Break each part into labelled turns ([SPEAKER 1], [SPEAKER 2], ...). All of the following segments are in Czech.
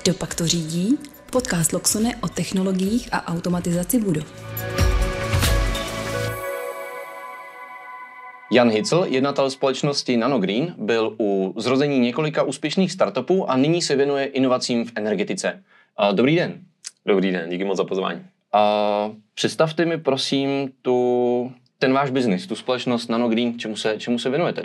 [SPEAKER 1] Kdopak to řídí? Podcast Loxone o technologiích a automatizaci budov.
[SPEAKER 2] Jan Hicl, jednatel společnosti Nanogreen, byl u zrození několika úspěšných startupů a nyní se věnuje inovacím v energetice. Dobrý den.
[SPEAKER 3] Dobrý den, díky moc za pozvání.
[SPEAKER 2] Představte mi prosím ten váš biznis, tu společnost Nanogreen, čemu se věnujete?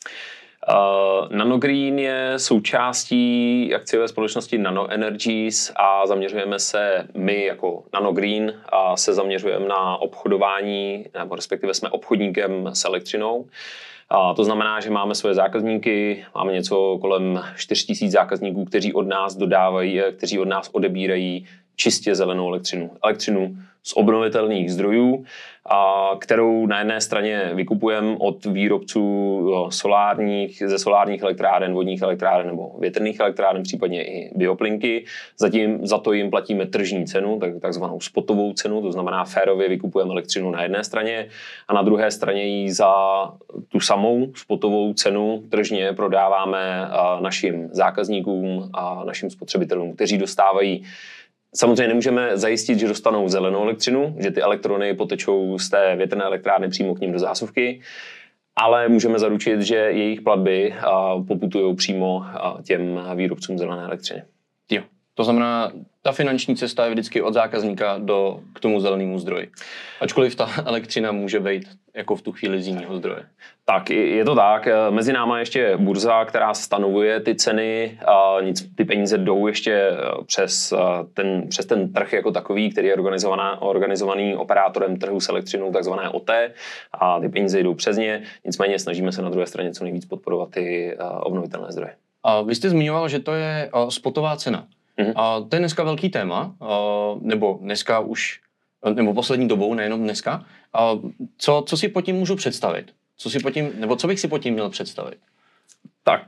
[SPEAKER 3] Nanogreen je součástí akciové společnosti Nano Energies a zaměřujeme se my jako Nanogreen a se zaměřujeme na obchodování, nebo respektive jsme obchodníkem s elektřinou. To znamená, že máme svoje zákazníky, máme něco kolem 4 000 zákazníků, kteří od nás dodávají, kteří od nás odebírají čistě zelenou elektřinu z obnovitelných zdrojů, kterou na jedné straně vykupujeme od výrobců ze solárních elektráren, vodních elektráren nebo větrných elektráren, případně i bioplinky. Za to jim platíme tržní cenu, takzvanou spotovou cenu, to znamená férově vykupujeme elektřinu na jedné straně a na druhé straně ji za tu samou spotovou cenu tržně prodáváme našim zákazníkům a našim spotřebitelům, kteří dostávají. Samozřejmě nemůžeme zajistit, že dostanou zelenou elektřinu, že ty elektrony potečou z té větrné elektrárny přímo k ním do zásuvky, ale můžeme zaručit, že jejich platby poputují přímo těm výrobcům zelené elektřiny.
[SPEAKER 2] Jo. To znamená, ta finanční cesta je vždycky od zákazníka k tomu zelenému zdroji. Ačkoliv ta elektřina může být jako v tu chvíli z jiného zdroje.
[SPEAKER 3] Tak, je to tak. Mezi náma ještě burza, která stanovuje ty ceny. Ty peníze jdou ještě přes ten trh jako takový, který je organizovaný operátorem trhu s elektřinou, takzvané OTE. A ty peníze jdou přes ně. Nicméně snažíme se na druhé straně co nejvíc podporovat ty obnovitelné zdroje.
[SPEAKER 2] Vy jste zmiňoval, že to je spotová cena. A to je dneska velký téma, nebo dneska už, nebo poslední dobou, nejenom dneska. Co si pod tím můžu představit? Co bych si pod tím měl představit?
[SPEAKER 3] Tak,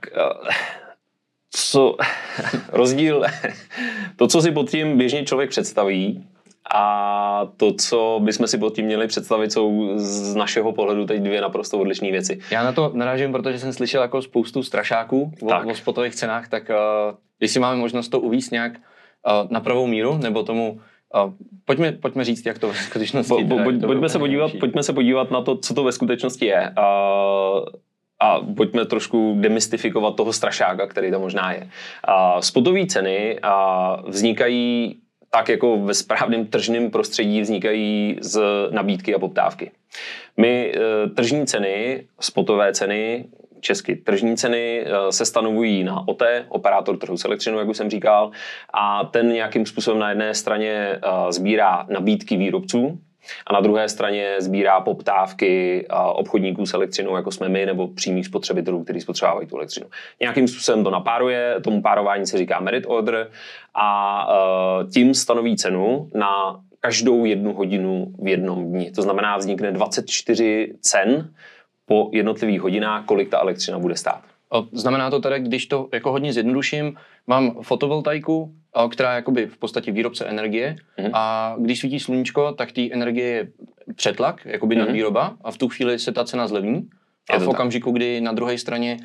[SPEAKER 3] rozdíl, to, co si pod tím běžně člověk představí, a to, co bychom si pod tím měli představit, jsou z našeho pohledu teď dvě naprosto odlišné věci.
[SPEAKER 2] Já na to narážím, protože jsem slyšel jako spoustu strašáků o spotových cenách, tak jestli máme možnost to uvést nějak na pravou míru, nebo tomu pojďme říct, jak to ve skutečnosti
[SPEAKER 3] Pojďme se podívat na to, co to ve skutečnosti je. A pojďme trošku demystifikovat toho strašáka, který tam možná je. Spotové ceny vznikají tak jako ve správném tržním prostředí vznikají z nabídky a poptávky. My tržní ceny, spotové ceny, česky tržní ceny se stanovují na OTE, operátor trhu s elektřinou, jak už jsem říkal, a ten nějakým způsobem na jedné straně sbírá nabídky výrobců a na druhé straně sbírá poptávky obchodníků s elektřinou, jako jsme my, nebo přímých spotřebitelů, kteří spotřebávají tu elektřinu. Nějakým způsobem to napáruje, tomu párování se říká merit order a tím stanoví cenu na každou 1 hodinu v jednom dni. To znamená, vznikne 24 cen po jednotlivých hodinách, kolik ta elektřina bude stát.
[SPEAKER 2] Znamená to tedy, když to jako hodně zjednoduším, mám fotovoltaiku, která je jakoby v podstatě výrobce energie a když svítí sluníčko, tak té energie je přetlak, jakoby nadvýroba a v tu chvíli se ta cena zlevní a v okamžiku, kdy na druhé straně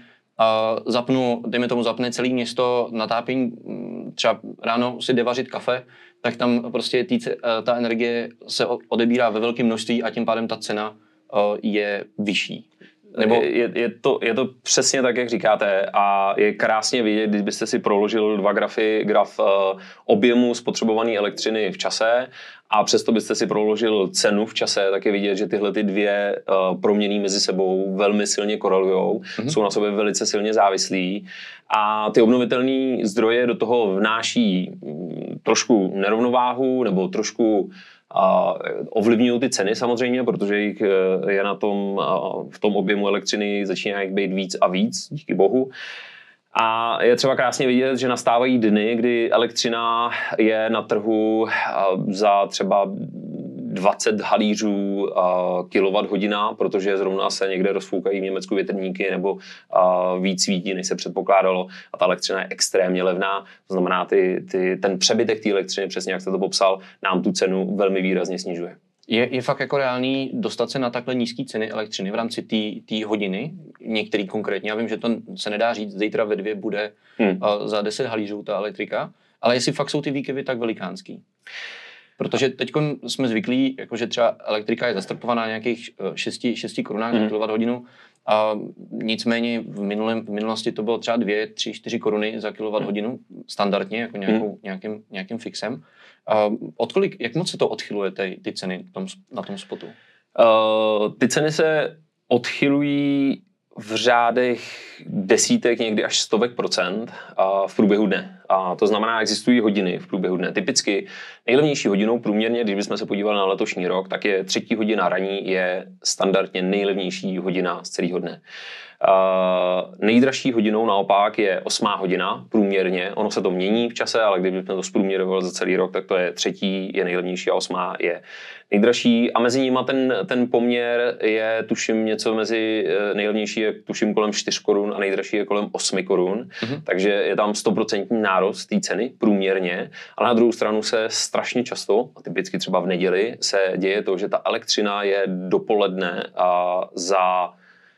[SPEAKER 2] zapne celé město natápění, třeba ráno si jde vařit kafe, tak tam prostě ta energie se odebírá ve velkém množství a tím pádem ta cena je vyšší.
[SPEAKER 3] Nebo je to přesně tak, jak říkáte a je krásně vidět, když byste si proložil 2 graf objemu spotřebované elektřiny v čase a přesto byste si proložil cenu v čase, tak je vidět, že tyhle ty dvě proměny mezi sebou velmi silně korelujou, jsou na sobě velice silně závislí a ty obnovitelné zdroje do toho vnáší trošku nerovnováhu nebo trošku ovlivňují ty ceny samozřejmě, protože jich je v tom objemu elektřiny začíná jich být víc a víc, díky bohu. A je třeba krásně vidět, že nastávají dny, kdy elektřina je na trhu za třeba 20 halířů kilowatt-hodina, protože zrovna se někde rozfoukají v Německu větrníky nebo víc svítí, než se předpokládalo a ta elektřina je extrémně levná. To znamená, ten přebytek té elektřiny, přesně jak jste to popsal, nám tu cenu velmi výrazně snižuje.
[SPEAKER 2] Je fakt jako reálný dostat se na takhle nízké ceny elektřiny v rámci té hodiny, některý konkrétně. Já vím, že to se nedá říct, zítra ve 2 bude za 10 halířů ta elektrika, ale jestli fakt jsou ty výkyvy tak velikánský. Protože teď jsme zvyklí, jakože třeba elektrika je zastropovaná na nějakých 6 korunách za kWh, a nicméně v minulosti to bylo třeba 2, 3, 4 koruny za kWh standardně, jako nějakým fixem. Jak moc se to odchyluje, ty ceny na tom spotu?
[SPEAKER 3] Ty ceny se odchylují v řádech desítek, někdy až stovek procent v průběhu dne. A to znamená, existují hodiny v průběhu dne. Typicky nejlevnější hodinou průměrně, když bychom se podívali na letošní rok, tak je 3. hodina raní, je standardně nejlevnější hodina z celého dne. Nejdražší hodinou naopak je 8. hodina průměrně. Ono se to mění v čase, ale kdybychom to zprůměrovali za celý rok, tak to je 3. je nejlevnější a 8. je nejdražší. A mezi nimi ten poměr je tuším něco mezi nejlevnější je tuším kolem 4 korun a nejdražší je kolem 8 korun. Takže je tam 100% nárůst té ceny průměrně. Ale na druhou stranu se strašně často, a typicky třeba v neděli, se děje to, že ta elektřina je dopoledne za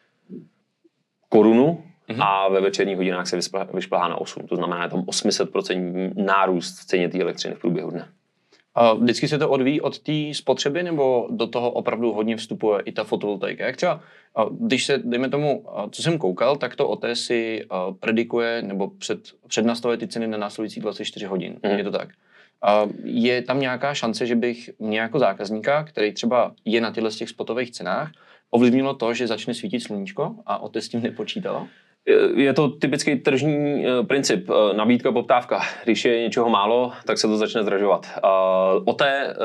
[SPEAKER 3] korunu a ve večerních hodinách se vyšplhá na 8. To znamená, je tam 800% nárůst v ceně té elektřiny v průběhu dne.
[SPEAKER 2] A vždycky se to odvíjí od té spotřeby, nebo do toho opravdu hodně vstupuje i ta fotovoltaika? Jak třeba, když se, dejme tomu, co jsem koukal, tak to OT si predikuje nebo přednastavuje ty ceny na následující 24 hodin. Je to tak? Je tam nějaká šance, že bych mě jako zákazníka, který třeba je na těch spotových cenách, ovlivnilo to, že začne svítit sluníčko a OT s tím nepočítalo?
[SPEAKER 3] Je to typický tržní princip, nabídka, poptávka. Když je něčeho málo, tak se to začne zdražovat. OT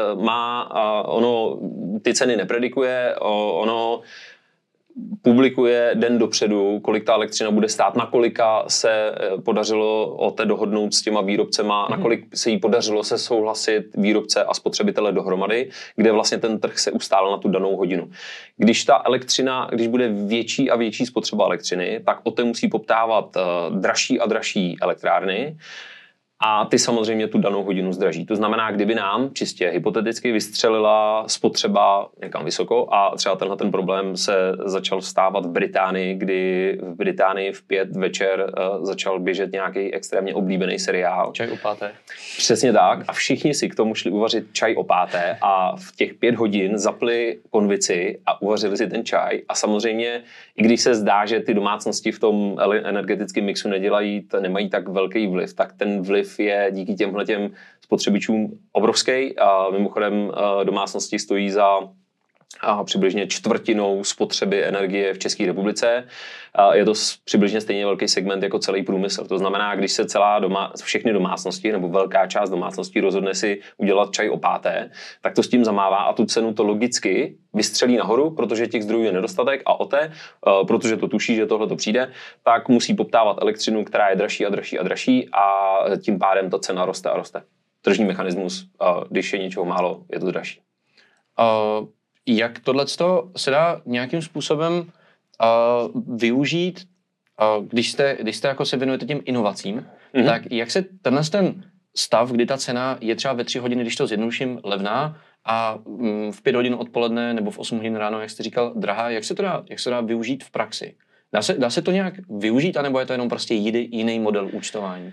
[SPEAKER 3] ono ty ceny nepredikuje, ono publikuje den dopředu, kolik ta elektřina bude stát, na kolika se podařilo OT dohodnout s těma výrobcema, na kolik se jí podařilo se souhlasit výrobce a spotřebitele dohromady, kde vlastně ten trh se ustál na tu danou hodinu. Když ta elektřina, když bude větší a větší spotřeba elektřiny, tak OT musí poptávat dražší a dražší elektrárny, a ty samozřejmě tu danou hodinu zdraží. To znamená, kdyby nám čistě hypoteticky vystřelila spotřeba někam vysoko a třeba ten problém se začal vstávat v Británii, kdy v Británii v 5 večer začal běžet nějaký extrémně oblíbený seriál.
[SPEAKER 2] Čaj o páté.
[SPEAKER 3] Přesně tak. A všichni si k tomu šli uvařit čaj o páté a v těch 5 hodin zapli konvici a uvařili si ten čaj. A samozřejmě, i když se zdá, že ty domácnosti v tom energetickém mixu nemají tak velký vliv, tak ten vliv je díky těmhletěm spotřebičům obrovský. A mimochodem domácnosti stojí za přibližně čtvrtinou spotřeby energie v České republice. Je to přibližně stejně velký segment jako celý průmysl. To znamená, když se všechny domácnosti nebo velká část domácností rozhodne si udělat čaj o páté, tak to s tím zamává a tu cenu to logicky vystřelí nahoru, protože těch zdrojů je nedostatek a OT, protože to tuší, že tohle to přijde, tak musí poptávat elektřinu, která je dražší a dražší a dražší a tím pádem ta cena roste a roste. Tržní mechanismus, když je něčeho málo, je to dražší.
[SPEAKER 2] Jak tohleto se dá nějakým způsobem využít, když jste jako se věnujete těm inovacím, tak jak se ten stav, kdy ta cena je třeba ve 3 hodiny, když to zjednoduším, levná a v 5 hodin odpoledne nebo v 8 hodin ráno, jak jste říkal, drahá, jak se dá využít v praxi? Dá se to nějak využít, anebo je to jenom prostě jiný model účtování?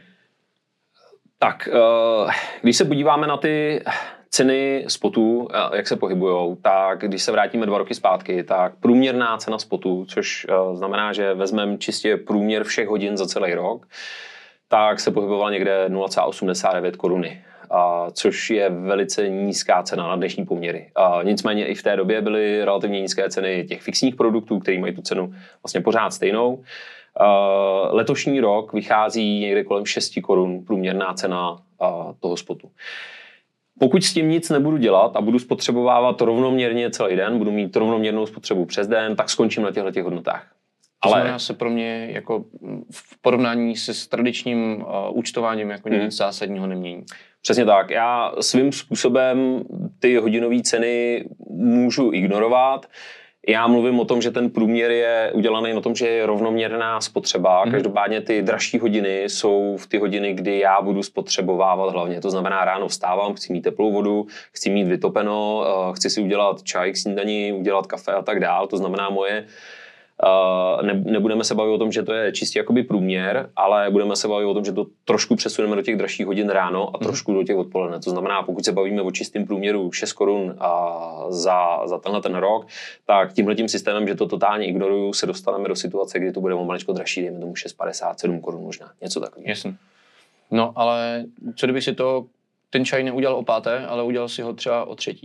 [SPEAKER 3] Tak, když se podíváme na ty ceny spotů, jak se pohybujou, tak když se vrátíme 2 roky zpátky, tak průměrná cena spotu, což znamená, že vezmeme čistě průměr všech hodin za celý rok, tak se pohybovala někde 0,89 koruny, což je velice nízká cena na dnešní poměry. Nicméně i v té době byly relativně nízké ceny těch fixních produktů, které mají tu cenu vlastně pořád stejnou. Letošní rok vychází někde kolem 6 korun průměrná cena toho spotu. Pokud s tím nic nebudu dělat a budu spotřebovávat rovnoměrně celý den, budu mít rovnoměrnou spotřebu přes den, tak skončím na těchto hodnotách.
[SPEAKER 2] To znamená se pro mě jako v porovnání se s tradičním účtováním jako nic zásadního nemění.
[SPEAKER 3] Přesně tak. Já svým způsobem ty hodinové ceny můžu ignorovat. Já mluvím o tom, že ten průměr je udělaný na tom, že je rovnoměrná spotřeba. Každopádně ty dražší hodiny jsou v ty hodiny, kdy já budu spotřebovávat hlavně. To znamená, ráno vstávám, chci mít teplou vodu, chci mít vytopeno, chci si udělat čaj k snídani, udělat kafe a tak dál. To znamená, moje Nebudeme se bavit o tom, že to je čistě jakoby průměr, ale budeme se bavit o tom, že to trošku přesuneme do těch dražších hodin ráno a trošku do těch odpoledne. To znamená, pokud se bavíme o čistým průměru 6 korun za tenhle ten rok, tak tímhletím systémem, že to totálně ignoruju, se dostaneme do situace, kdy to bude o maličko dražší, dejme tomu 6,50, 7 korun možná, něco takového.
[SPEAKER 2] Jasně. No, ale co kdyby si ten čaj neudělal o 5, ale udělal si ho třeba o 3?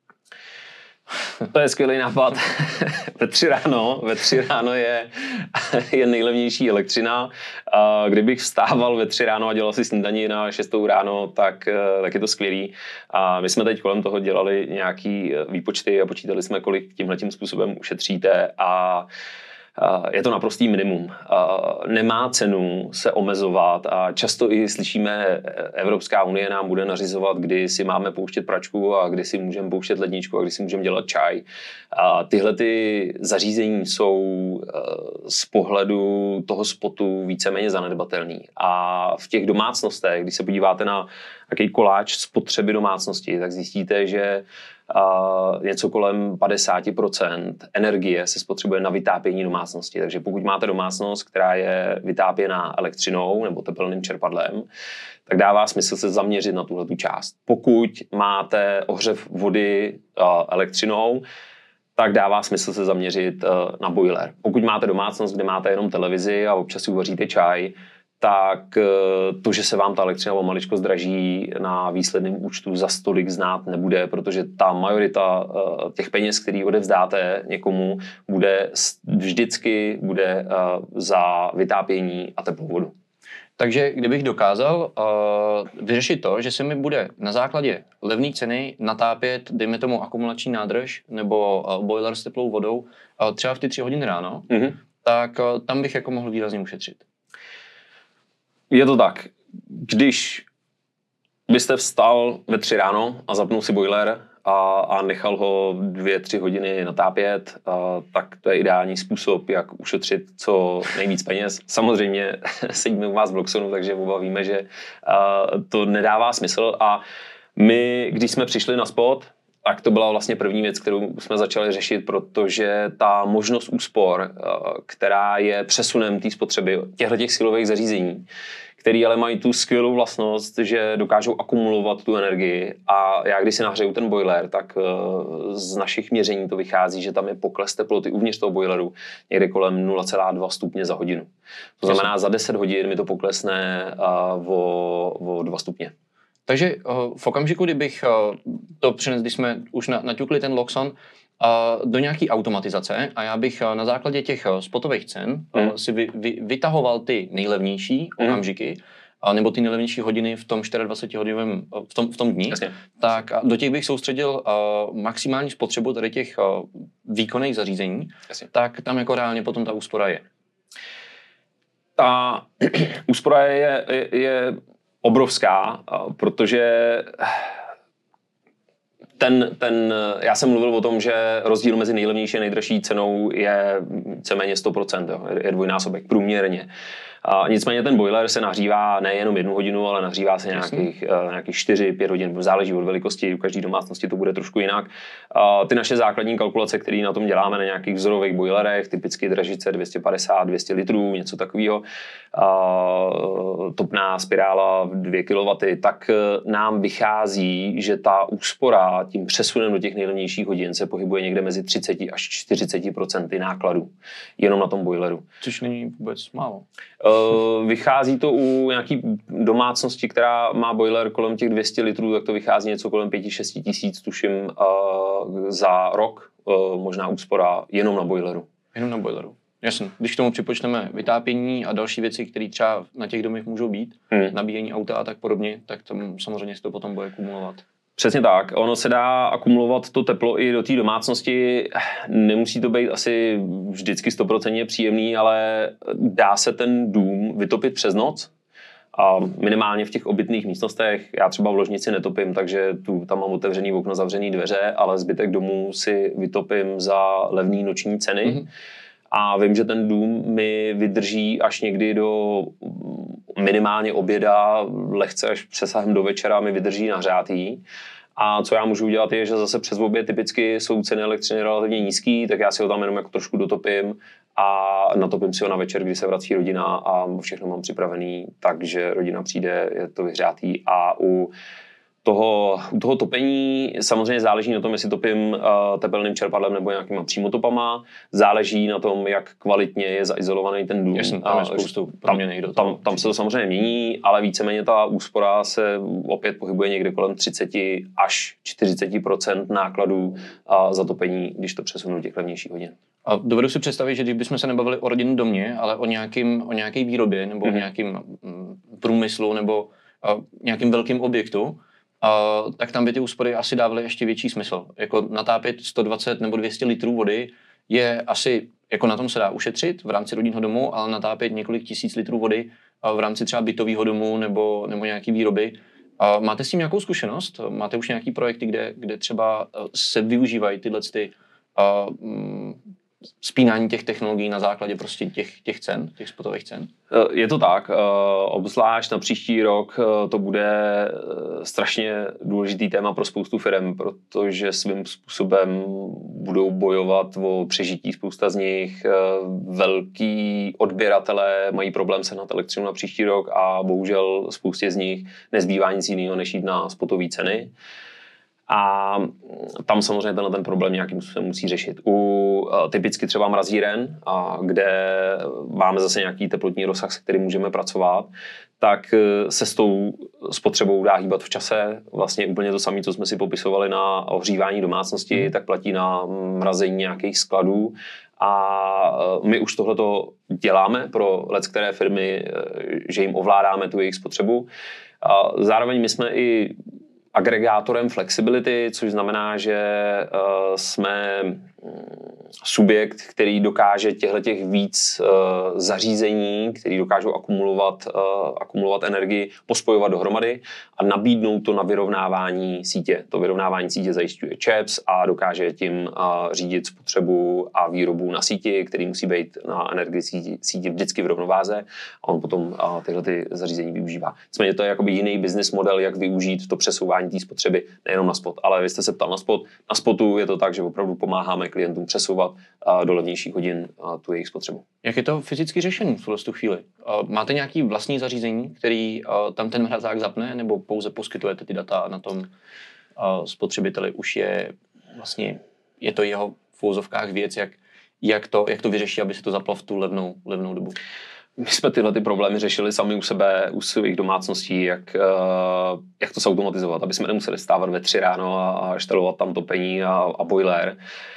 [SPEAKER 3] To je skvělý nápad. Ve 3 ráno je nejlevnější elektřina. Kdybych vstával ve 3 ráno a dělal si snídani na 6 ráno, tak je to skvělý. My jsme teď kolem toho dělali nějaký výpočty a počítali jsme, kolik tímhletím způsobem ušetříte a je to naprostý minimum. Nemá cenu se omezovat a často i slyšíme, Evropská unie nám bude nařizovat, kdy si máme pouštět pračku a kdy si můžeme pouštět ledničku a kdy si můžeme dělat čaj. Tyhle ty zařízení jsou z pohledu toho spotu víceméně zanedbatelný. A v těch domácnostech, když se podíváte na nějaký koláč spotřeby domácnosti, tak zjistíte, že něco kolem 50% energie se spotřebuje na vytápění domácnosti. Takže pokud máte domácnost, která je vytápěná elektřinou nebo tepelným čerpadlem, tak dává smysl se zaměřit na tuhletu část. Pokud máte ohřev vody elektřinou, tak dává smysl se zaměřit na boiler. Pokud máte domácnost, kde máte jenom televizi a občas si uvaříte čaj, tak to, že se vám ta elektřina o maličko zdraží na výsledném účtu, za stolik znát nebude, protože ta majorita těch peněz, který odevzdáte někomu, vždycky bude za vytápění a teplou vodu.
[SPEAKER 2] Takže kdybych dokázal vyřešit to, že se mi bude na základě levné ceny natápět, dejme tomu akumulační nádrž nebo boiler s teplou vodou třeba v ty 3 hodiny ráno, tak tam bych jako mohl výrazně ušetřit.
[SPEAKER 3] Je to tak. Když byste vstal ve 3 ráno a zapnul si boiler a nechal ho 2-3 hodiny natápět, tak to je ideální způsob, jak ušetřit co nejvíc peněz. Samozřejmě sedíme u vás v Bloxonu, takže oba víme, že to nedává smysl. A my, když jsme přišli na spot, tak to byla vlastně první věc, kterou jsme začali řešit, protože ta možnost úspor, která je přesunem té spotřeby těchto silových zařízení, který ale mají tu skvělou vlastnost, že dokážou akumulovat tu energii a já když si nahřeju ten boiler, tak z našich měření to vychází, že tam je pokles teploty uvnitř toho boileru někde kolem 0,2 stupně za hodinu. To znamená, za 10 hodin mi to poklesne o 2 stupně.
[SPEAKER 2] Takže v okamžiku, kdybych to přinesl, když jsme už naťukli ten Loxon do nějaké automatizace a já bych na základě těch spotových cen si vytahoval ty nejlevnější okamžiky nebo ty nejlevnější hodiny v tom 24-hodinovém v tom dni, tak do těch bych soustředil maximální spotřebu tady těch výkonných zařízení, tak tam jako reálně potom ta úspora je.
[SPEAKER 3] Ta úspora je obrovská, protože já jsem mluvil o tom, že rozdíl mezi nejlevnější a nejdražší cenou je víceméně 100%, jo, je dvojnásobek průměrně. Nicméně ten boiler se nahřívá nejenom 1 hodinu, ale nahřívá se nějakých 4-5 hodin, záleží od velikosti, u každé domácnosti to bude trošku jinak. Ty naše základní kalkulace, které na tom děláme na nějakých vzorových boilerech, typicky dražice 250-200 litrů, něco takového, topná spirála 2 kW, tak nám vychází, že ta úspora tím přesunem do těch nejlevnějších hodin se pohybuje někde mezi 30 až 40% nákladů, jenom na tom boileru.
[SPEAKER 2] Což není vůbec málo.
[SPEAKER 3] Vychází to u nějaký domácnosti, která má boiler kolem těch 200 litrů, tak to vychází něco kolem 5-6 tisíc, tuším, za rok, možná úspora jenom na boileru.
[SPEAKER 2] Jenom na boileru. Jasně. Když k tomu připočteme vytápění a další věci, které třeba na těch domech můžou být, nabíjení auta a tak podobně, tak tam samozřejmě se to potom bude kumulovat.
[SPEAKER 3] Přesně tak. Ono se dá akumulovat to teplo i do té domácnosti. Nemusí to být asi vždycky 100% příjemný, ale dá se ten dům vytopit přes noc. A minimálně v těch obytných místnostech. Já třeba v ložnici netopím, takže tam mám otevřený okno, zavřený dveře, ale zbytek domů si vytopím za levný noční ceny. A vím, že ten dům mi vydrží až někdy do minimálně oběda, lehce až přesahem do večera mi vydrží nahřátý. A co já můžu udělat je, že zase přes obě typicky jsou ceny elektřiny relativně nízký, tak já si ho tam jenom jako trošku dotopím a natopím si ho na večer, kdy se vrací rodina a všechno mám připravený, takže rodina přijde, je to vyhřátý. A u toho topení samozřejmě záleží na tom, jestli topím tepelným čerpadlem nebo nějakýma přímotopama. Záleží na tom, jak kvalitně je zaizolovaný ten dům.
[SPEAKER 2] Jasně, tam je spoustu proměnných do toho.
[SPEAKER 3] Tam se to samozřejmě mění, ale víceméně ta úspora se opět pohybuje někde kolem 30 až 40% nákladů za topení, když to přesunu do těch levnějších hodin.
[SPEAKER 2] A dovedu si představit, že když bychom se nebavili o rodinném domě, ale o nějaké výrobě nebo o nějakém průmyslu nebo nějakým velkým objektu, tak tam by ty úspory asi dávaly ještě větší smysl. Jako natápět 120 nebo 200 litrů vody je asi, jako na tom se dá ušetřit v rámci rodinného domu, ale natápět několik tisíc litrů vody v rámci třeba bytového domu nebo nějaký výroby. Máte s tím nějakou zkušenost? Máte už nějaký projekty, kde třeba se využívají tyhle spínání těch technologií na základě prostě těch cen, těch spotových cen?
[SPEAKER 3] Je to tak, obzvlášť na příští rok to bude strašně důležitý téma pro spoustu firm, protože svým způsobem budou bojovat o přežití spousta z nich. Velký odběratelé mají problém sehnat elektřinu na příští rok a bohužel spoustě z nich nezbývá nic jiného, než jít na spotové ceny. A tam samozřejmě ten problém nějakým způsobem musí řešit. Typicky třeba mrazíren, kde máme zase nějaký teplotní rozsah, se kterým můžeme pracovat, tak se s tou spotřebou dá hýbat v čase. Vlastně úplně to samé, co jsme si popisovali na ohřívání domácnosti, tak platí na mrazení nějakých skladů. A my už tohleto děláme pro leckteré firmy, že jim ovládáme tu jejich spotřebu. Zároveň my jsme i agregátorem flexibility, což znamená, že jsme subjekt, který dokáže těch víc zařízení, který dokážou akumulovat energii, pospojovat dohromady a nabídnout to na vyrovnávání sítě. To vyrovnávání sítě zajišťuje ČEPS a dokáže tím řídit spotřebu a výrobu na síti, který musí být na energii sítě vždycky v rovnováze a on potom tyhle zařízení využívá. Nicméně to je jakoby jiný business model, jak využít to přesouvání té spotřeby nejenom na spot, ale vy jste se ptal na spot. Na spotu je to tak, že opravdu pomáháme klientům přesouvat do levnějších hodin tu jejich spotřebu.
[SPEAKER 2] Jak je to fyzicky řešené v tu chvíli? Máte nějaký vlastní zařízení, který tam ten mrazák zapne, nebo pouze poskytujete ty data na tom spotřebiteli? Už je to jeho v úzovkách věc, jak to vyřeší, aby se to zaplo v tu levnou dobu?
[SPEAKER 3] My jsme tyhle ty problémy řešili sami u sebe, u svých domácností, jak to zautomatizovat, aby jsme nemuseli stávat ve 3 ráno a štelovat tam topení a boiler.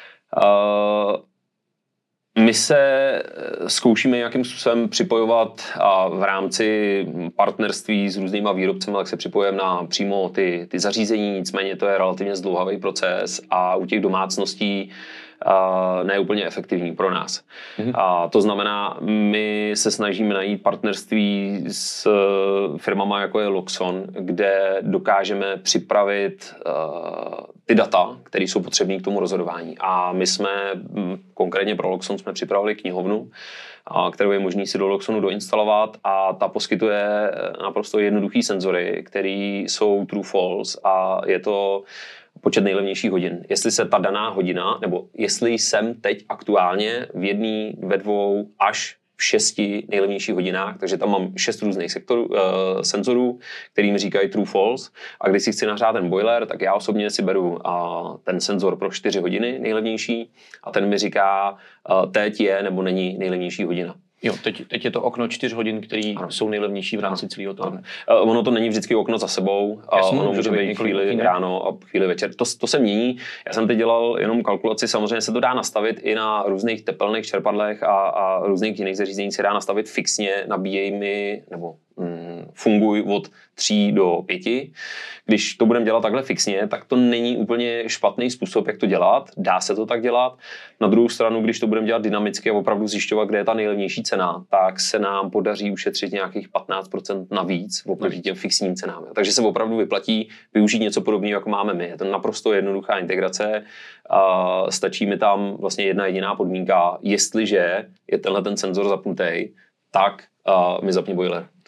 [SPEAKER 3] My se zkoušíme nějakým způsobem připojovat a v rámci partnerství s různýma výrobcemi, tak se připojujeme na přímo ty zařízení, nicméně to je relativně zdlouhavý proces a u těch domácností ne úplně efektivní pro nás. A to znamená, my se snažíme najít partnerství s firmama jako je Loxon, kde dokážeme připravit ty data, které jsou potřebné k tomu rozhodování. A my jsme konkrétně pro Loxon jsme připravili knihovnu, kterou je možný si do Loxonu doinstalovat a ta poskytuje naprosto jednoduchý senzory, které jsou true false a je to počet nejlevnějších hodin. Jestli se ta daná hodina, nebo jestli jsem teď aktuálně v 1, ve 2 až v 6 nejlevnějších hodinách, takže tam mám 6 různých senzorů, který mi říkají true false a když si chci nahřát ten boiler, tak já osobně si beru ten senzor pro 4 hodiny nejlevnější a ten mi říká, teď je nebo není nejlevnější hodina.
[SPEAKER 2] Jo, teď je to okno 4 hodin, které jsou nejlevnější v rámci celého toho.
[SPEAKER 3] Ono to není vždycky okno za sebou, ono může být chvíli ráno a chvíli večer. To se mění. Já jsem teď dělal jenom kalkulaci, samozřejmě se to dá nastavit i na různých tepelných čerpadlech a různých jiných zařízení se dá nastavit fixně, nabíjej mi, nebo funguj od 3 do 5. Když to budeme dělat takhle fixně, tak to není úplně špatný způsob, jak to dělat. Dá se to tak dělat. Na druhou stranu, když to budeme dělat dynamicky a opravdu zjišťovat, kde je ta nejlevnější cena, tak se nám podaří ušetřit nějakých 15% navíc oproti těm fixním cenám. Takže se opravdu vyplatí využít něco podobného, jako máme my. Je to naprosto jednoduchá integrace. Stačí mi tam vlastně jedna jediná podmínka. Jestliže je tenhle ten senzor zapnutý, tak mi zapni boiler.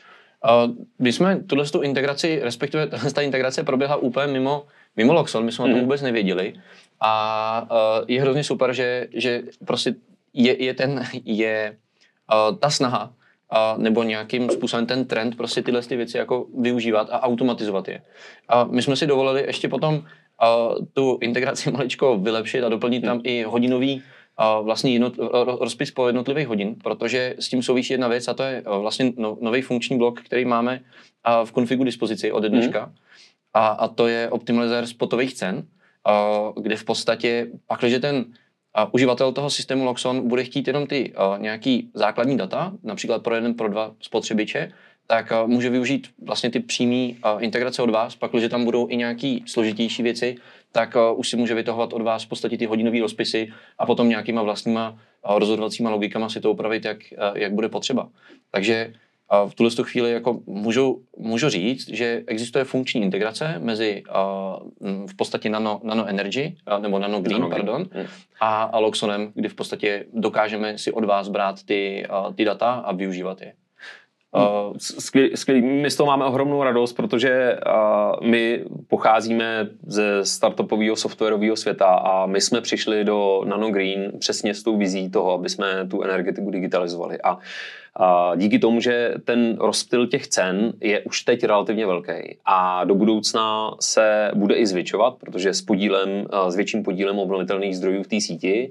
[SPEAKER 2] My jsme tu integraci, respektive ta integrace proběhla úplně mimo Loxon, my jsme o tom vůbec nevěděli. A je hrozně super, že prostě je ta snaha nebo nějakým způsobem ten trend prostě tyhle věci jako využívat a automatizovat je. A my jsme si dovolili ještě potom tu integraci maličko vylepšit a doplnit tam i hodinový vlastně rozpis po jednotlivých hodin, protože s tím souvisí jedna věc a to je vlastně nový funkční blok, který máme v konfigu dispozici od dneška a to je optimalizer spotových cen, kde v podstatě pakliže ten uživatel toho systému Loxon bude chtít jenom ty nějaký základní data, například pro 1, pro 2 spotřebiče, tak může využít vlastně ty přímý integrace od vás, pakliže tam budou i nějaký složitější věci, tak už si může vytahovat od vás v podstatě ty hodinové rozpisy a potom nějakýma vlastníma rozhodovacíma logikama si to upravit, jak bude potřeba. Takže v tuhle chvíli jako můžu říct, že existuje funkční integrace mezi v podstatě Nano Energy, nebo Nano Green, pardon, a Loxonem, kdy v podstatě dokážeme si od vás brát ty data a využívat je.
[SPEAKER 3] My z toho máme ohromnou radost, protože my pocházíme ze startupového softwarového světa a my jsme přišli do Nano Green přesně s tou vizí toho, aby jsme tu energetiku digitalizovali. A díky tomu, že ten rozptyl těch cen je už teď relativně velký a do budoucna se bude i zvětšovat, protože s větším podílem obnovitelných zdrojů v té síti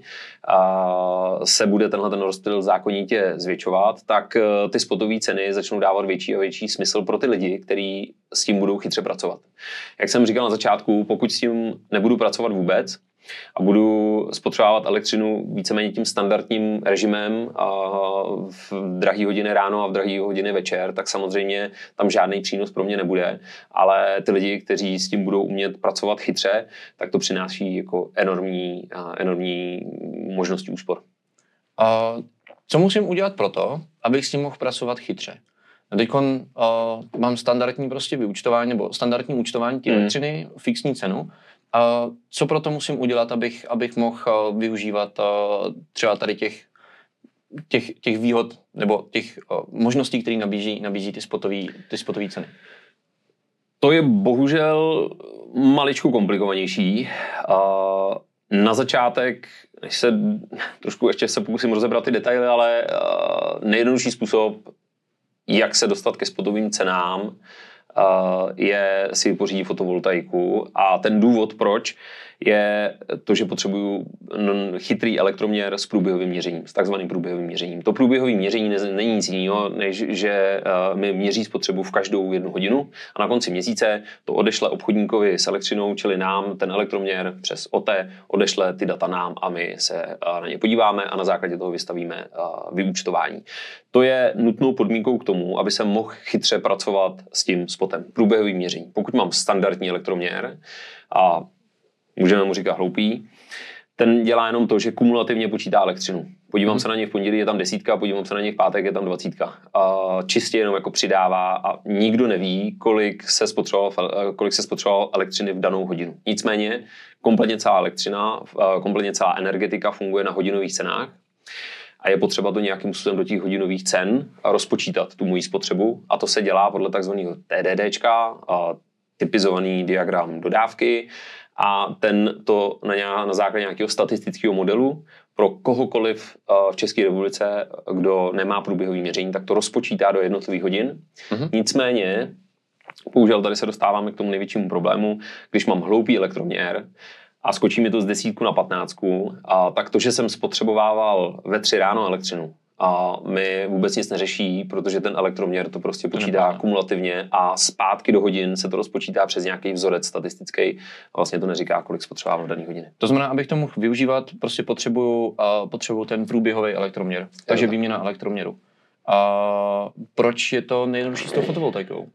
[SPEAKER 3] se bude tenhle ten rozptyl zákonitě zvětšovat, tak ty spotové ceny začnou dávat větší a větší smysl pro ty lidi, kteří s tím budou chytře pracovat. Jak jsem říkal na začátku, pokud s tím nebudu pracovat vůbec, a budu spotřebovávat elektřinu víceméně tím standardním režimem v drahý hodiny ráno a v drahý hodiny večer, tak samozřejmě tam žádný přínos pro mě nebude, ale ty lidi, kteří s tím budou umět pracovat chytře, tak to přináší jako enormní možnosti úspor.
[SPEAKER 2] Co musím udělat pro to, abych s tím mohl pracovat chytře? Teď mám standardní prostě vyúčtování nebo standardní účtování té elektřiny, fixní cenu. Co pro to musím udělat, abych mohl využívat třeba tady těch výhod nebo těch možností, které nabízí ty spotové ceny?
[SPEAKER 3] To je bohužel maličku komplikovanější. Na začátek, než se trošku ještě se pokusím rozebrat ty detaily, ale nejjednodušší způsob, jak se dostat ke spotovým cenám, je si pořídit fotovoltaiku a ten důvod proč je to, že potřebuju chytrý elektroměr s průběhovým měřením, s takzvaným průběhovým měřením. To průběhové měření není nic jiného, než že mi měří spotřebu v každou 1 hodinu a na konci měsíce to odešle obchodníkovi s elektřinou, čili nám ten elektroměr přes OTE odešle ty data nám a my se na ně podíváme a na základě toho vystavíme vyúčtování. To je nutnou podmínkou k tomu, aby se mohl chytře pracovat s tím spotem. Průběhový měření. Pokud mám standardní elektroměr a můžeme mu říkat hloupý, ten dělá jenom to, že kumulativně počítá elektřinu. Podívám se na něj v pondělí, je tam 10, podívám se na něj v pátek, je tam 20. Čistě jenom jako přidává a nikdo neví, kolik se spotřeboval elektřiny v danou hodinu. Nicméně kompletně celá elektřina, kompletně celá energetika funguje na hodinových cenách a je potřeba to nějakým způsobem do těch hodinových cen rozpočítat tu moji spotřebu a to se dělá podle takzvaného TDDčka, typizovaný diagram dodávky, a ten to na základě nějakého statistického modelu pro kohokoliv v České republice, kdo nemá průběhový měření, tak to rozpočítá do jednotlivých hodin. Nicméně, bohužel tady se dostáváme k tomu největšímu problému, když mám hloupý elektroměr a skočí mi to z 10 na 15, tak to, že jsem spotřebovával ve 3 ráno elektřinu, a mi vůbec nic neřeší, protože ten elektroměr to prostě počítá kumulativně a zpátky do hodin se to rozpočítá přes nějaký vzorec statistický a vlastně to neříká, kolik spotřebovám v dané hodině.
[SPEAKER 2] To znamená, abych to mohl využívat, prostě potřebuju ten průběhový elektroměr, takže výměna elektroměru. Proč je to nejjednodušší s tou fotovoltaikou?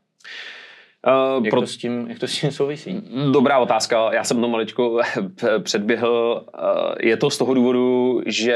[SPEAKER 2] Jak to s tím souvisí?
[SPEAKER 3] Dobrá otázka, já jsem to maličko předběhl. Je to z toho důvodu, že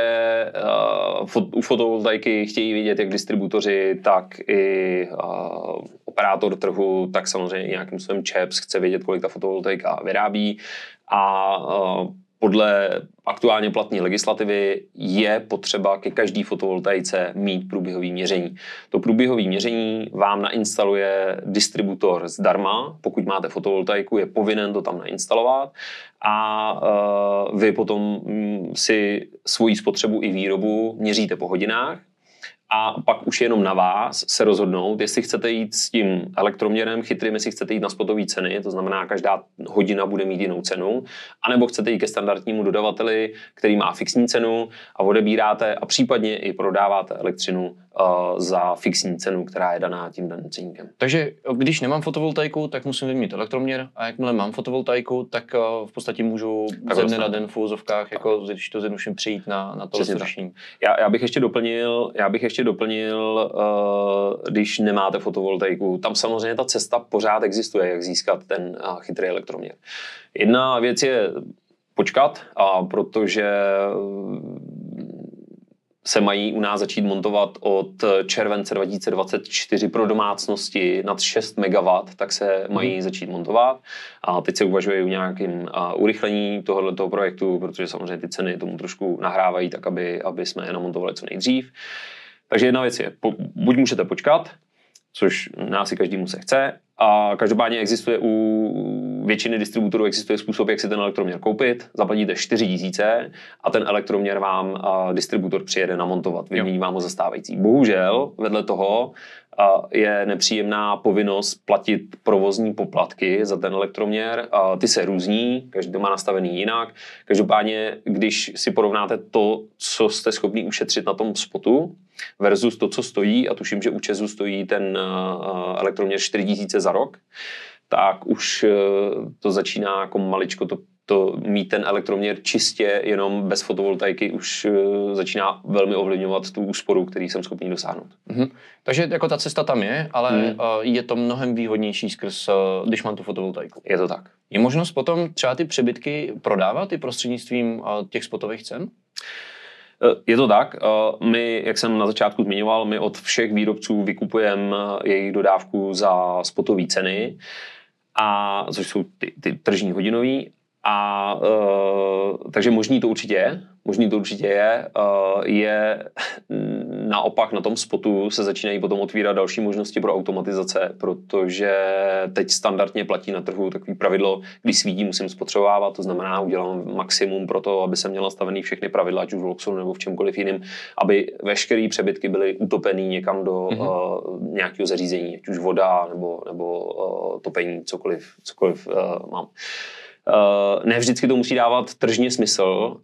[SPEAKER 3] u fotovoltaiky chtějí vidět jak distributoři, tak i operátor trhu, tak samozřejmě nějakým svým ČEPS chce vědět, kolik ta fotovoltaika vyrábí a podle aktuálně platné legislativy je potřeba ke každé fotovoltaice mít průběhové měření. To průběhové měření vám nainstaluje distributor zdarma, pokud máte fotovoltaiku, je povinen to tam nainstalovat a vy potom si svoji spotřebu i výrobu měříte po hodinách. A pak už jenom na vás se rozhodnout, jestli chcete jít s tím elektroměrem chytrým, jestli chcete jít na spotové ceny, to znamená, každá hodina bude mít jinou cenu, anebo chcete jít ke standardnímu dodavateli, který má fixní cenu a odebíráte a případně i prodáváte elektřinu za fixní cenu, která je daná tím daným ceníkem.
[SPEAKER 2] Takže když nemám fotovoltaiku, tak musím mít elektroměr a jakmile mám fotovoltaiku, tak v podstatě můžu ze dne na den v úvozovkách, jako když to zjednoduším, přijít na to řešení.
[SPEAKER 3] Já bych ještě doplnil, když nemáte fotovoltaiku, tam samozřejmě ta cesta pořád existuje, jak získat ten chytrý elektroměr. Jedna věc je počkat, protože se mají u nás začít montovat od července 2024 pro domácnosti nad 6 MW, tak se mají začít montovat. A teď se uvažuje o nějakém urychlení tohoto projektu, protože samozřejmě ty ceny tomu trošku nahrávají, tak aby jsme je namontovali co nejdřív. Takže jedna věc je, buď můžete počkat, což nás si každému se chce, a každopádně existuje u většiny distributorů existuje způsob, jak si ten elektroměr koupit. Zaplatíte 4 000 a ten elektroměr vám distributor přijede namontovat, vymění vám ho za stávající. Bohužel vedle toho je nepříjemná povinnost platit provozní poplatky za ten elektroměr. Ty se různí, každý to má nastavený jinak. Každopádně, když si porovnáte to, co jste schopný ušetřit na tom spotu versus to, co stojí, a tuším, že u ČEZu stojí ten elektroměr 4 000 za rok, tak už to začíná jako maličko to mít ten elektroměr čistě jenom bez fotovoltaiky už začíná velmi ovlivňovat tu úsporu, který jsem schopný dosáhnout.
[SPEAKER 2] Takže jako ta cesta tam je, ale je to mnohem výhodnější skrz, když mám tu fotovoltaiku.
[SPEAKER 3] Je to tak.
[SPEAKER 2] Je možnost potom třeba ty přebytky prodávat i prostřednictvím těch spotových cen?
[SPEAKER 3] Je to tak. My, jak jsem na začátku zmiňoval, my od všech výrobců vykupujeme jejich dodávku za spotové ceny, což jsou ty tržní hodinový. Takže možný to určitě je. Je naopak na tom spotu se začínají potom otvírat další možnosti pro automatizace, protože teď standardně platí na trhu takový pravidlo, když svítí, musím spotřebovávat, to znamená, udělám maximum pro to, aby se měl nastavený všechny pravidla, ať už v Loxonu nebo v čemkoliv jiným, aby veškeré přebytky byly utopený někam do nějakého zařízení, ať už voda nebo topení, cokoliv mám. Ne vždycky to musí dávat tržně smysl.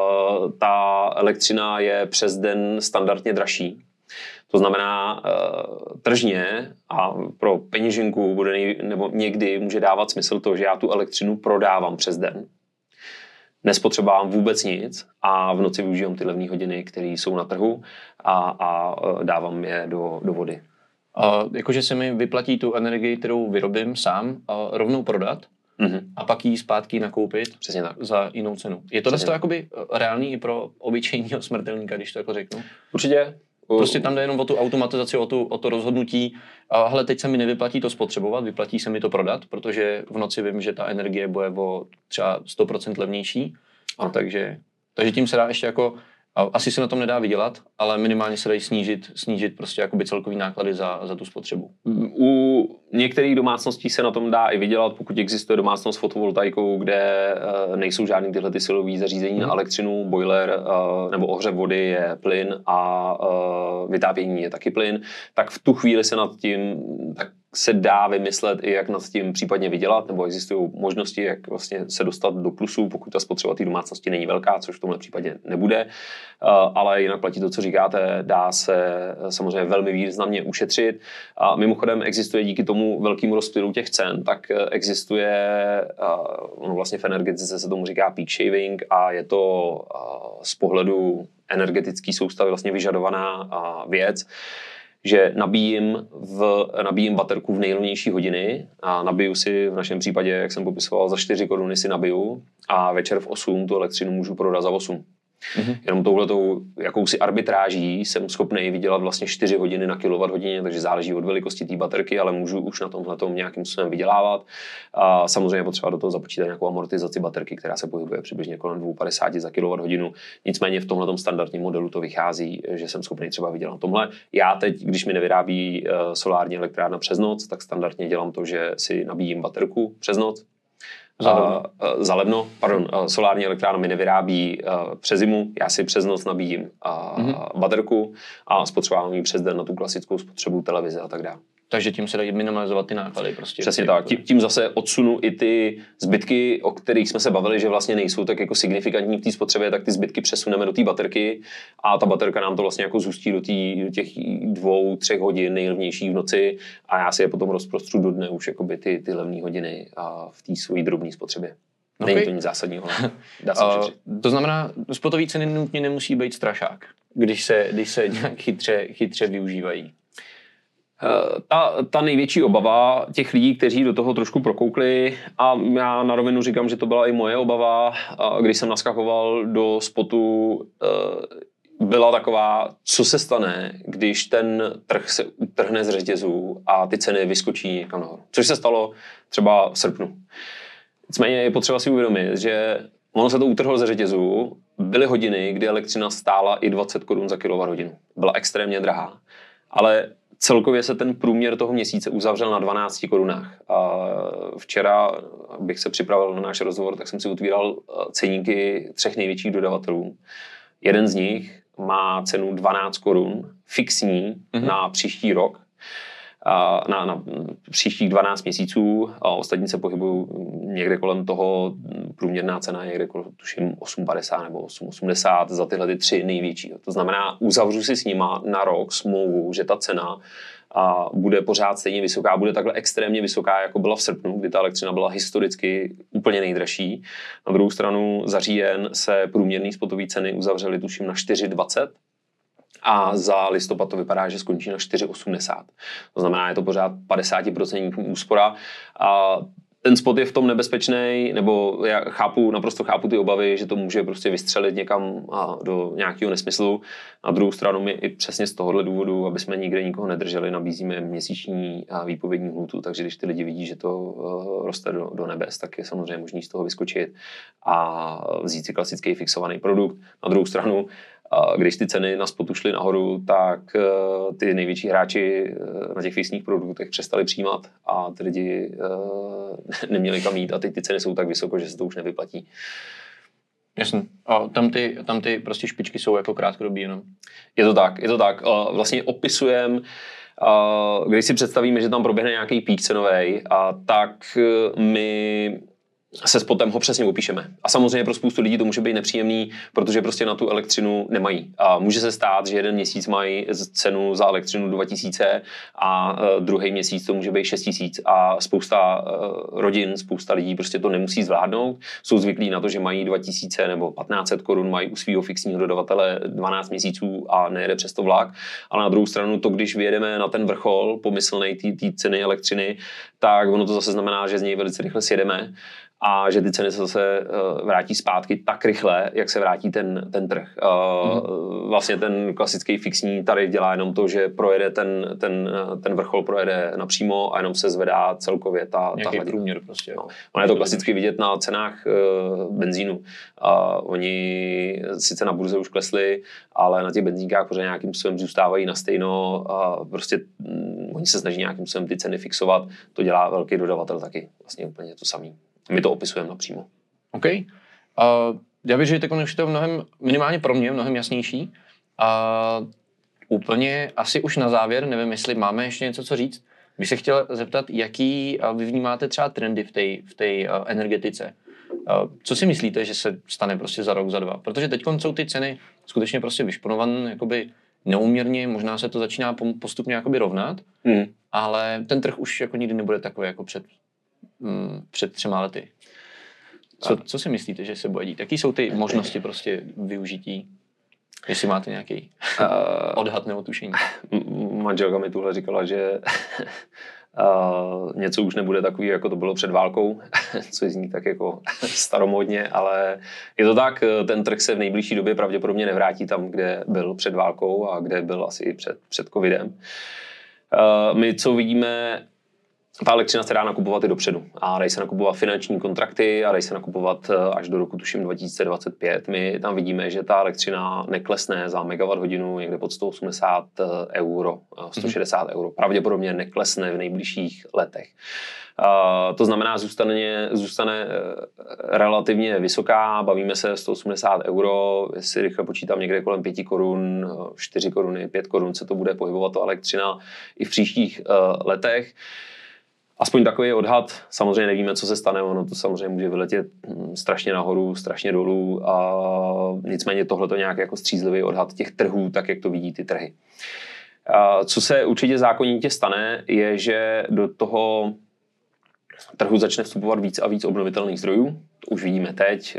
[SPEAKER 3] Ta elektřina je přes den standardně dražší. To znamená, tržně a pro peněženku bude nebo někdy může dávat smysl to, že já tu elektřinu prodávám přes den. Nespotřebávám vůbec nic a v noci využívám ty levné hodiny, které jsou na trhu a dávám je do vody.
[SPEAKER 2] Jakože se mi vyplatí tu energii, kterou vyrobím sám, rovnou prodat? A pak ji zpátky nakoupit za jinou cenu. Je to dost jakoby reálný i pro obyčejného smrtelníka, když to jako řeknu?
[SPEAKER 3] Určitě.
[SPEAKER 2] Prostě tam jde jenom o tu automatizaci, o to rozhodnutí. Hele, teď se mi nevyplatí to spotřebovat, vyplatí se mi to prodat, protože v noci vím, že ta energie bude o třeba 100% levnější. Takže tím se dá ještě jako, asi se na tom nedá vydělat, ale minimálně se dají snížit prostě jakoby celkový náklady za tu spotřebu.
[SPEAKER 3] U některých domácností se na tom dá i vydělat, pokud existuje domácnost s fotovoltaikou, kde nejsou žádný tyhle silové zařízení na elektřinu, boiler nebo ohřev vody je plyn a vytápění je taky plyn, tak v tu chvíli se nad tím se dá vymyslet i jak nad tím případně vydělat, nebo existují možnosti, jak vlastně se dostat do plusu, pokud ta spotřeba té domácnosti není velká, což v tomhle případě nebude. Ale jinak platí to, co říkáte, dá se samozřejmě velmi významně ušetřit. A mimochodem existuje díky tomu velkému rozptylu těch cen, tak existuje, vlastně v energetice se tomu říká peak shaving a je to z pohledu energetické soustavy vlastně vyžadovaná věc, že nabíjím baterku v nejlevnější hodiny a nabiju si v našem případě, jak jsem popisoval, za 4 koruny si nabiju a večer v 8 tu elektřinu můžu prodat za 8. Jenom touhletou jakousi arbitráží jsem schopný vydělat vlastně 4 hodiny na kWh, takže záleží od velikosti té baterky, ale můžu už na tomhletom nějakým způsobem vydělávat. A samozřejmě potřeba do toho započítat nějakou amortizaci baterky, která se pohybuje přibližně kolem 2,50 za kWh. Nicméně v tomhletom standardním modelu to vychází, že jsem schopný třeba vydělat tomhle. Já teď, když mi nevyrábí solární elektrárna přes noc, tak standardně dělám to, že si nabíjím baterku přes noc. Za levno, solární elektrárna mi nevyrábí přes zimu, já si přes noc nabíjím baterku a spotřebávám ji přes den na tu klasickou spotřebu televize a tak dále.
[SPEAKER 2] Takže tím se dají minimalizovat ty náklady prostě.
[SPEAKER 3] Přesně tak. Tím zase odsunu i ty zbytky, o kterých jsme se bavili, že vlastně nejsou tak jako signifikantní v té spotřebě, tak ty zbytky přesuneme do té baterky a ta baterka nám to vlastně jako zůstí do těch 2-3 hodin nejlevnějších v noci a já si je potom rozprostřu do dne už jakoby ty levné hodiny a v té svojí drobné spotřebě. Okay. Není to nic zásadního. Dá se
[SPEAKER 2] to znamená, spotové ceny nutně nemusí být strašák, když se nějak chytře využívají.
[SPEAKER 3] Ta největší obava těch lidí, kteří do toho trošku prokoukli, a já na rovinu říkám, že to byla i moje obava, když jsem naskakoval do spotu, byla taková, co se stane, když ten trh se utrhne z řetězů a ty ceny vyskočí někam nahoru. Což se stalo třeba v srpnu. Nicméně je potřeba si uvědomit, že ono se to utrhlo ze řetězů, byly hodiny, kdy elektřina stála i 20 Kč za kWh. Byla extrémně drahá, ale celkově se ten průměr toho měsíce uzavřel na 12 korunách. A včera, abych se připravil na náš rozhovor, tak jsem si otvíral ceníky 3 největších dodavatelů. Jeden z nich má cenu 12 korun, fixní na příští rok, na příštích 12 měsíců a ostatní se pohybují někde kolem toho, průměrná cena je někde kolem, tuším 8,50 nebo 8,80 za tyhle ty 3 největší. To znamená, uzavřu si s nima na rok smlouvu, že ta cena bude pořád stejně vysoká, bude takhle extrémně vysoká, jako byla v srpnu, kdy ta elektřina byla historicky úplně nejdražší. Na druhou stranu za říjen se průměrné spotové ceny uzavřely tuším na 4,20 a za listopad to vypadá, že skončí na 4,80. To znamená, je to pořád 50% úspora. A ten spot je v tom nebezpečný, nebo já naprosto chápu ty obavy, že to může prostě vystřelit někam do nějakého nesmyslu. Na druhou stranu my i přesně z tohohle důvodu, aby jsme nikde nikoho nedrželi, nabízíme měsíční výpovědní lhůtu, takže když ty lidi vidí, že to roste do nebes, tak je samozřejmě možný z toho vyskočit a vzít si klasický fixovaný produkt. Na druhou stranu, když ty ceny na spotu šly nahoru, tak ty největší hráči na těch fixních produktech přestali přijímat a ty lidi neměli kam jít a teď ty ceny jsou tak vysoko, že se to už nevyplatí.
[SPEAKER 2] Jasně. A tam ty prostě špičky jsou jako krátkodobí jenom.
[SPEAKER 3] Je to tak. Vlastně opisujem, když si představíme, že tam proběhne nějaký pík cenovej, tak my se spotem ho přesně opíšeme. A samozřejmě pro spoustu lidí to může být nepříjemný, protože prostě na tu elektřinu nemají. A může se stát, že jeden měsíc mají cenu za elektřinu 2000 a druhý měsíc to může být 6000 a spousta rodin, spousta lidí prostě to nemusí zvládnout. Jsou zvyklí na to, že mají 2000 nebo 1500 korun, mají u svého fixního dodavatele 12 měsíců a nejede přes to vlak. Ale na druhou stranu to, když vyjedeme na ten vrchol pomyslnej té ceny elektřiny, tak ono to zase znamená, že z něj velice rychle sjedeme a že ty ceny se zase vrátí zpátky tak rychle, jak se vrátí ten trh. Vlastně ten klasický fixní tarif dělá jenom to, že projede ten vrchol projede napřímo a jenom se zvedá celkově ta hladina.
[SPEAKER 2] Průměr prostě.
[SPEAKER 3] No. Ono je to klasicky vidět na cenách benzínu. Oni sice na burze už klesli, ale na těch benzínkách pořád nějakým způsobem zůstávají na stejno a prostě oni se snaží nějakým způsobem ty ceny fixovat. To dělá velký dodavatel taky. Vlastně úplně to samý. My to opisujeme napřímo.
[SPEAKER 2] OK. Já věřím, že teď už to minimálně pro mě, mnohem jasnější. Úplně asi už na závěr, nevím, jestli máme ještě něco co říct, bych se chtěl zeptat, jaký vy vnímáte třeba trendy v té energetice. Co si myslíte, že se stane prostě za rok, za dva? Protože teď jsou ty ceny skutečně prostě vyšponované jakoby neúměrně, možná se to začíná postupně jakoby rovnat, ale ten trh už jako nikdy nebude takový jako před 3 lety. Co si myslíte, že se bude dít? Jaký jsou ty možnosti prostě využití? Jestli máte nějaký odhad nebo tušení.
[SPEAKER 3] Manželka mi tuhle říkala, že něco už nebude takový, jako to bylo před válkou, což zní tak jako staromódně, ale je to tak, ten trh se v nejbližší době pravděpodobně nevrátí tam, kde byl před válkou a kde byl asi i před covidem. My, co vidíme, ta elektřina se dá nakupovat i dopředu a dají se nakupovat finanční kontrakty a dají se nakupovat až do roku tuším 2025. My tam vidíme, že ta elektřina neklesne za megawatt hodinu někde pod 180 euro, 160 euro. Pravděpodobně neklesne v nejbližších letech. To znamená, zůstane relativně vysoká, bavíme se 180 euro, jestli rychle počítám někde kolem 5 korun, 4 koruny, 5 korun se to bude pohybovat ta elektřina i v příštích letech. Aspoň takový odhad, samozřejmě nevíme, co se stane, ono to samozřejmě může vyletět strašně nahoru, strašně dolů a nicméně tohle to nějak jako střízlivý odhad těch trhů, tak jak to vidí ty trhy. Co se určitě zákonitě stane, je, že do toho trhu začne vstupovat víc a víc obnovitelných zdrojů. To už vidíme teď.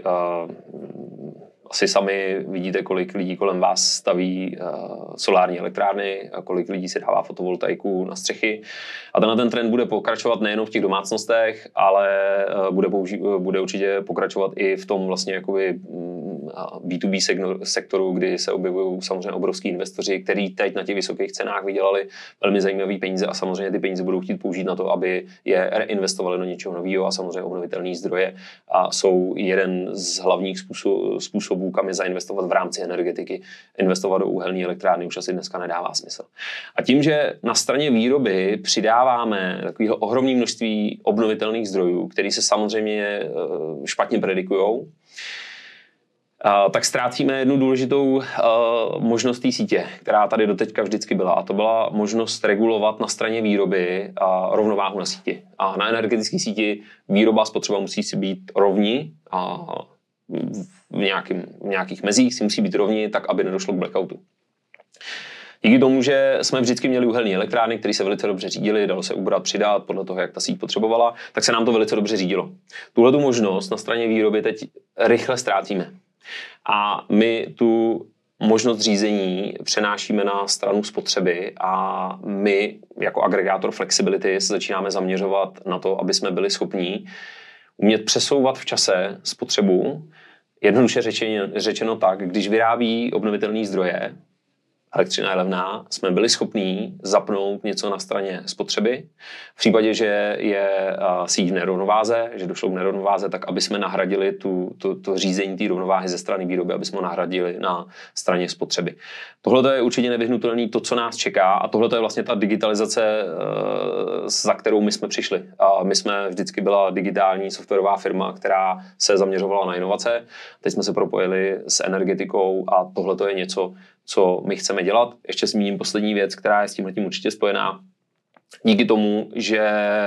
[SPEAKER 3] Asi sami vidíte, kolik lidí kolem vás staví solární elektrárny a kolik lidí si dává fotovoltaiku na střechy. A ten trend bude pokračovat nejen v těch domácnostech, ale bude určitě pokračovat i v tom vlastně jakoby B2B sektoru, kdy se objevují samozřejmě obrovský investoři, kteří teď na těch vysokých cenách vydělali velmi zajímavé peníze a samozřejmě ty peníze budou chtít použít na to, aby je reinvestovali do něčeho nového a samozřejmě obnovitelné zdroje a jsou jeden z hlavních způsobů, kam je zainvestovat v rámci energetiky. Investovat do uhelné elektrárny už asi dneska nedává smysl. A tím, že na straně výroby přidáváme takového ohromné množství obnovitelných zdrojů, které se samozřejmě špatně predikujou, tak ztrácíme jednu důležitou možnost té sítě, která tady doteďka vždycky byla. A to byla možnost regulovat na straně výroby rovnováhu na síti. A na energetické síti výroba a spotřeba musí si být rovní a v nějakých mezích si musí být rovní, tak aby nedošlo k blackoutu. Díky tomu, že jsme vždycky měli uhelné elektrárny, které se velice dobře řídily, dalo se ubrat, přidat podle toho, jak ta síť potřebovala, tak se nám to velice dobře řídilo. Tuhletu možnost na straně výroby teď rychle ztrácíme. A my tu možnost řízení přenášíme na stranu spotřeby a my jako agregátor flexibility se začínáme zaměřovat na to, aby jsme byli schopní umět přesouvat v čase spotřebu, jednoduše řečeno tak, když vyrábí obnovitelné zdroje, elektřina je levná, jsme byli schopní zapnout něco na straně spotřeby. V případě, že je síť v nerovnováze, že došlo k nerovnováze, tak aby jsme nahradili to řízení té rovnováhy ze strany výroby, aby jsme ho nahradili na straně spotřeby. Tohle je určitě nevyhnutelné to, co nás čeká a tohle je vlastně ta digitalizace, za kterou my jsme přišli. A my jsme vždycky byla digitální softwarová firma, která se zaměřovala na inovace. Teď jsme se propojili s energetikou a tohle je něco, co my chceme dělat. Ještě zmíním poslední věc, která je s tímhletím určitě spojená. Díky tomu, že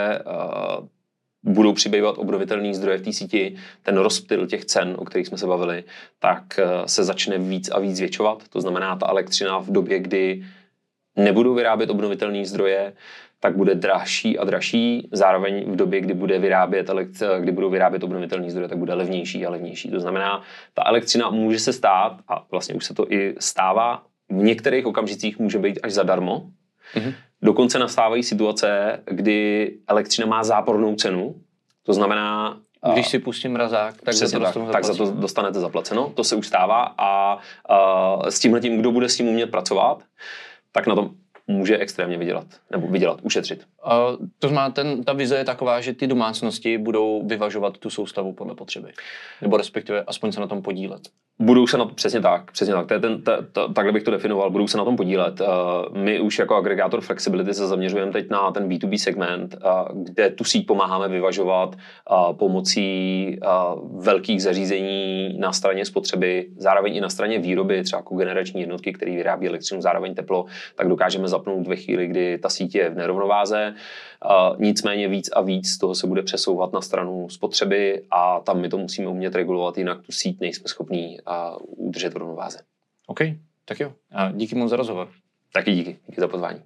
[SPEAKER 3] budou přibývat obnovitelné zdroje v té síti, ten rozptyl těch cen, o kterých jsme se bavili, tak se začne víc a víc zvětšovat. To znamená, ta elektřina v době, kdy nebudou vyrábět obnovitelné zdroje, tak bude dražší a dražší. Zároveň v době, kdy budou vyrábět obnovitelné zdroje, tak bude levnější a levnější. To znamená, ta elektřina může se stát, a vlastně už se to i stává, v některých okamžicích může být až zadarmo. Mm-hmm. Dokonce nastávají situace, kdy elektřina má zápornou cenu. To znamená,
[SPEAKER 2] když si pustím mrazák, tak
[SPEAKER 3] za to dostanete zaplaceno. To se už stává a s tímhletím, kdo bude s tím umět pracovat, tak na tom může extrémně vydělat, ušetřit.
[SPEAKER 2] To znamená, ta vize je taková, že ty domácnosti budou vyvažovat tu soustavu podle potřeby. Nebo respektive aspoň se na tom podílet.
[SPEAKER 3] Budou se na to, přesně tak. Takhle bych to definoval, budou se na tom podílet. My už jako agregátor flexibility se zaměřujeme teď na ten B2B segment, kde tu síť pomáháme vyvažovat pomocí velkých zařízení na straně spotřeby, zároveň i na straně výroby, třeba kogenerační jednotky, které vyrábí elektřinu, zároveň teplo, tak dokážeme zapnout ve chvíli, kdy ta síť je v nerovnováze. Nicméně víc a víc z toho se bude přesouvat na stranu spotřeby a tam my to musíme umět regulovat, jinak tu síť nejsme schopní udržet v rovnováze.
[SPEAKER 2] OK, tak jo. A díky moc za rozhovor.
[SPEAKER 3] Taky díky za pozvání.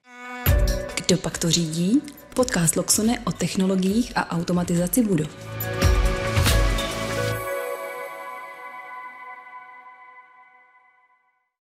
[SPEAKER 1] Kdo pak to řídí? Podcast Loxone o technologiích a automatizaci budov.